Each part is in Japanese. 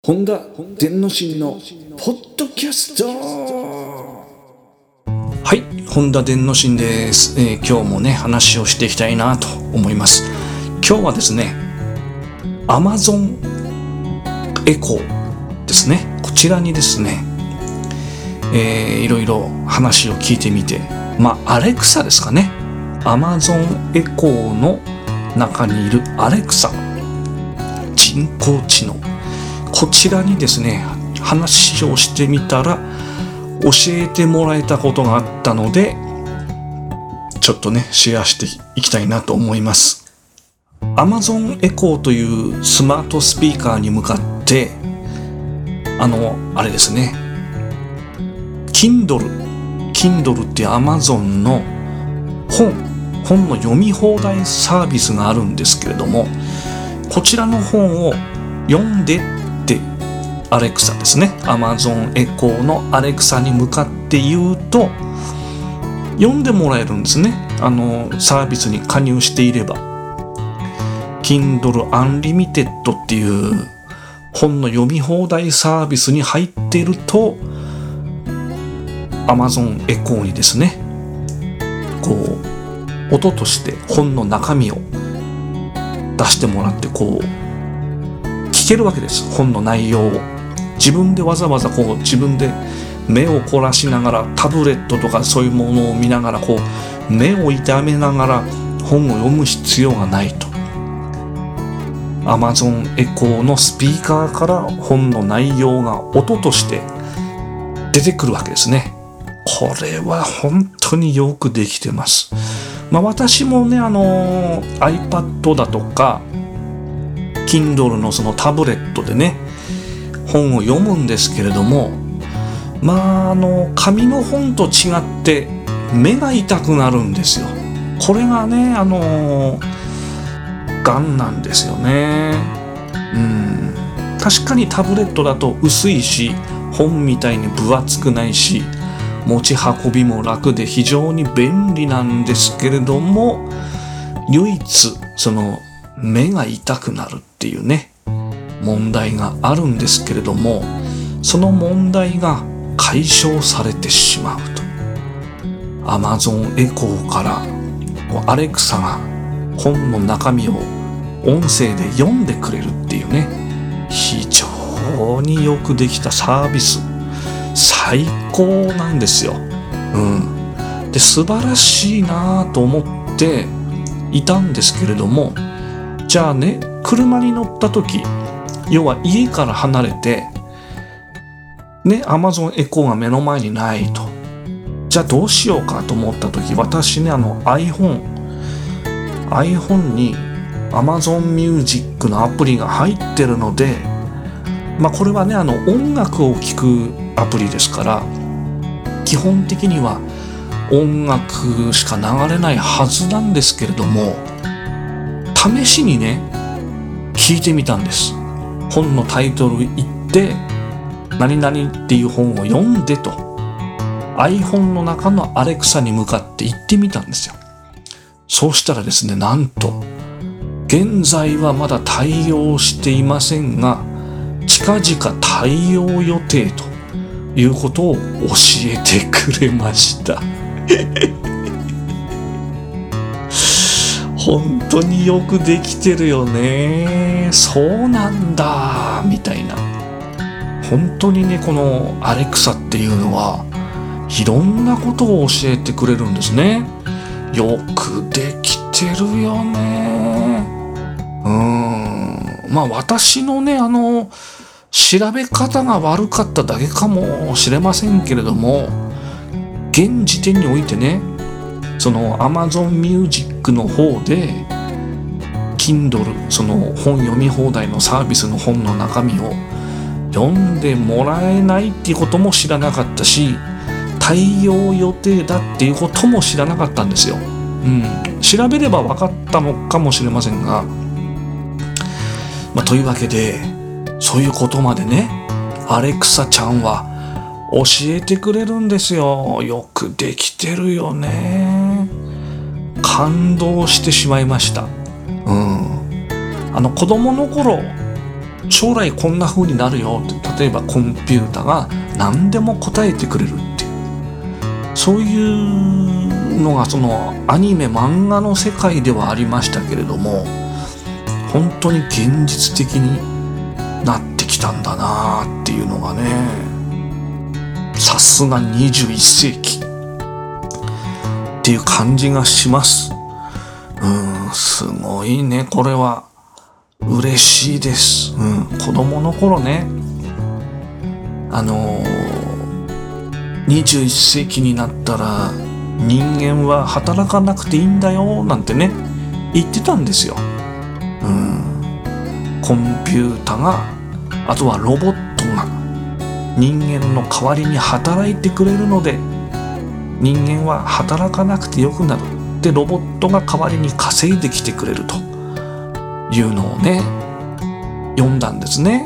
本田伝之進のポッドキャスト。はい、本田伝之進です。今日もね話をしていきたいなと思います。今日はですね Amazon エコーですね。こちらにですね、いろいろ話を聞いてみて、アレクサですかね。 Amazon エコーの中にいるアレクサ、人工知能、こちらにですね話をしてみたら教えてもらえたことがあったので、ちょっとねシェアしていきたいなと思います。 Amazon エコーというスマートスピーカーに向かってあれですね Kindle っていう Amazon の本の読み放題サービスがあるんですけれども、こちらの本を読んでってアレクサですね、 Amazon エコーのアレクサに向かって言うと読んでもらえるんですね。サービスに加入していれば Kindle Unlimited っていう本の読み放題サービスに入っていると Amazon エコーにですねこう音として本の中身を出してもらって聞けるわけです。本の内容を自分でわざわざ自分で目を凝らしながらタブレットとかそういうものを見ながら目を痛めながら本を読む必要がないと、 Amazon エコーのスピーカーから本の内容が音として出てくるわけですね。これは本当によくできてます。私もねiPad だとか Kindle のそのタブレットでね本を読むんですけれども、紙の本と違って目が痛くなるんですよ。これがね癌なんですよね。確かにタブレットだと薄いし本みたいに分厚くないし持ち運びも楽で非常に便利なんですけれども、唯一その目が痛くなるっていうね問題があるんですけれども、その問題が解消されてしまうと Amazon エコーからアレクサが本の中身を音声で読んでくれるっていうね、非常によくできたサービス、最高なんですよ。で素晴らしいなと思っていたんですけれども、じゃあね車に乗った時、要は家から離れてね Amazon エコーが目の前にないと、じゃあどうしようかと思った時、私ねiPhone に Amazon Music のアプリが入ってるので、これはね音楽を聴くアプリですから基本的には音楽しか流れないはずなんですけれども、試しにね聞いてみたんです。本のタイトル言って何々っていう本を読んでと iPhone の中のアレクサに向かって言ってみたんですよ。そうしたらですね、なんと現在はまだ対応していませんが近々対応予定ということを教えてくれました本当によくできてるよね、そうなんだみたいな。本当にねこのアレクサっていうのはいろんなことを教えてくれるんですね。よくできてるよね。私のね調べ方が悪かっただけかもしれませんけれども、現時点においてねその Amazon Music の方で Kindle その本読み放題のサービスの本の中身を読んでもらえないっていうことも知らなかったし、対応予定だっていうことも知らなかったんですよ。調べれば分かったのかもしれませんが、というわけでそういうことまでねアレクサちゃんは教えてくれるんですよ。よくできてるよね。感動してしまいました。子供の頃将来こんな風になるよって、例えばコンピューターが何でも答えてくれるっていう、そういうのがそのアニメ漫画の世界ではありましたけれども、本当に現実的になってきたんだなっていうのがね、さすが21世紀っていう感じがします。すごいね、これは嬉しいです。子供の頃ね、21世紀になったら人間は働かなくていいんだよなんてね言ってたんですよ。コンピュータが、あとはロボットが人間の代わりに働いてくれるので、人間は働かなくてよくなる。で、ロボットが代わりに稼いできてくれるというのをね、読んだんですね。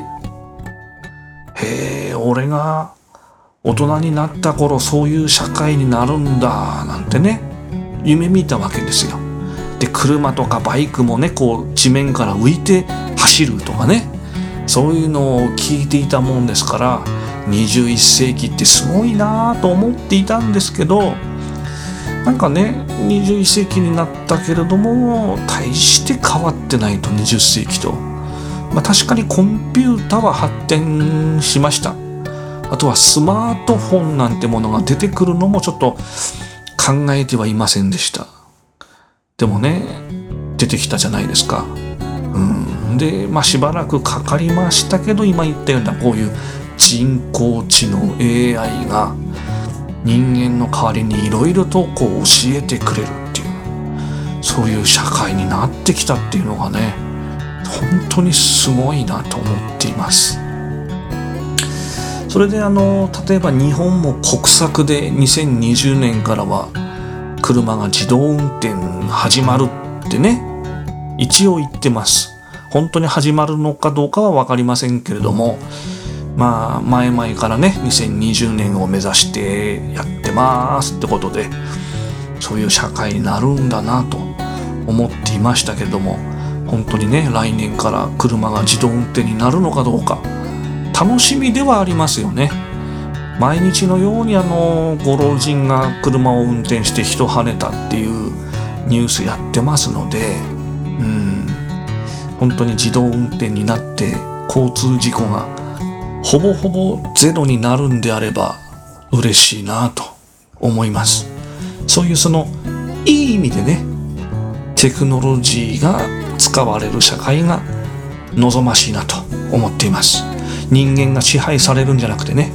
へえ、俺が大人になった頃そういう社会になるんだなんてね、夢見たわけですよ。で、車とかバイクもね、こう地面から浮いて走るとかね、そういうのを聞いていたもんですから、21世紀ってすごいなぁと思っていたんですけど、なんかね、21世紀になったけれども大して変わってないと、20世紀と。確かにコンピュータは発展しました。あとはスマートフォンなんてものが出てくるのもちょっと考えてはいませんでした。でもね、出てきたじゃないですか。で、しばらくかかりましたけど、今言ったようなこういう人工知能 AI が人間の代わりにいろいろとこう教えてくれるっていう、そういう社会になってきたっていうのがね、本当にすごいなと思っています。それで例えば日本も国策で2020年からは車が自動運転始まるってね、一応言ってます。本当に始まるのかどうかは分かりませんけれども、前々からね、2020年を目指してやってますってことで、そういう社会になるんだなと思っていましたけれども、本当にね、来年から車が自動運転になるのかどうか楽しみではありますよね。毎日のようにご老人が車を運転して人跳ねたっていうニュースやってますので、本当に自動運転になって交通事故がほぼほぼゼロになるんであれば嬉しいなと思います。そういういい意味でね、テクノロジーが使われる社会が望ましいなと思っています。人間が支配されるんじゃなくてね、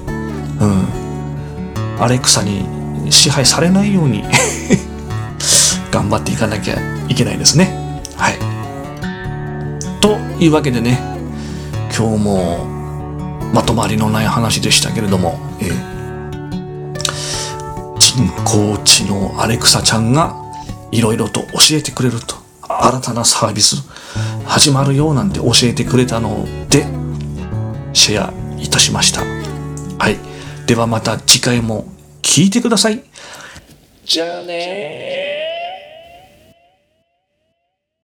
アレクサに支配されないように頑張っていかなきゃいけないですね。はい。というわけでね、今日もまとまりのない話でしたけれども、人工知能アレクサちゃんがいろいろと教えてくれると、新たなサービス始まるよなんて教えてくれたのでシェアいたしました。はい。ではまた次回も聞いてください。じゃあねー。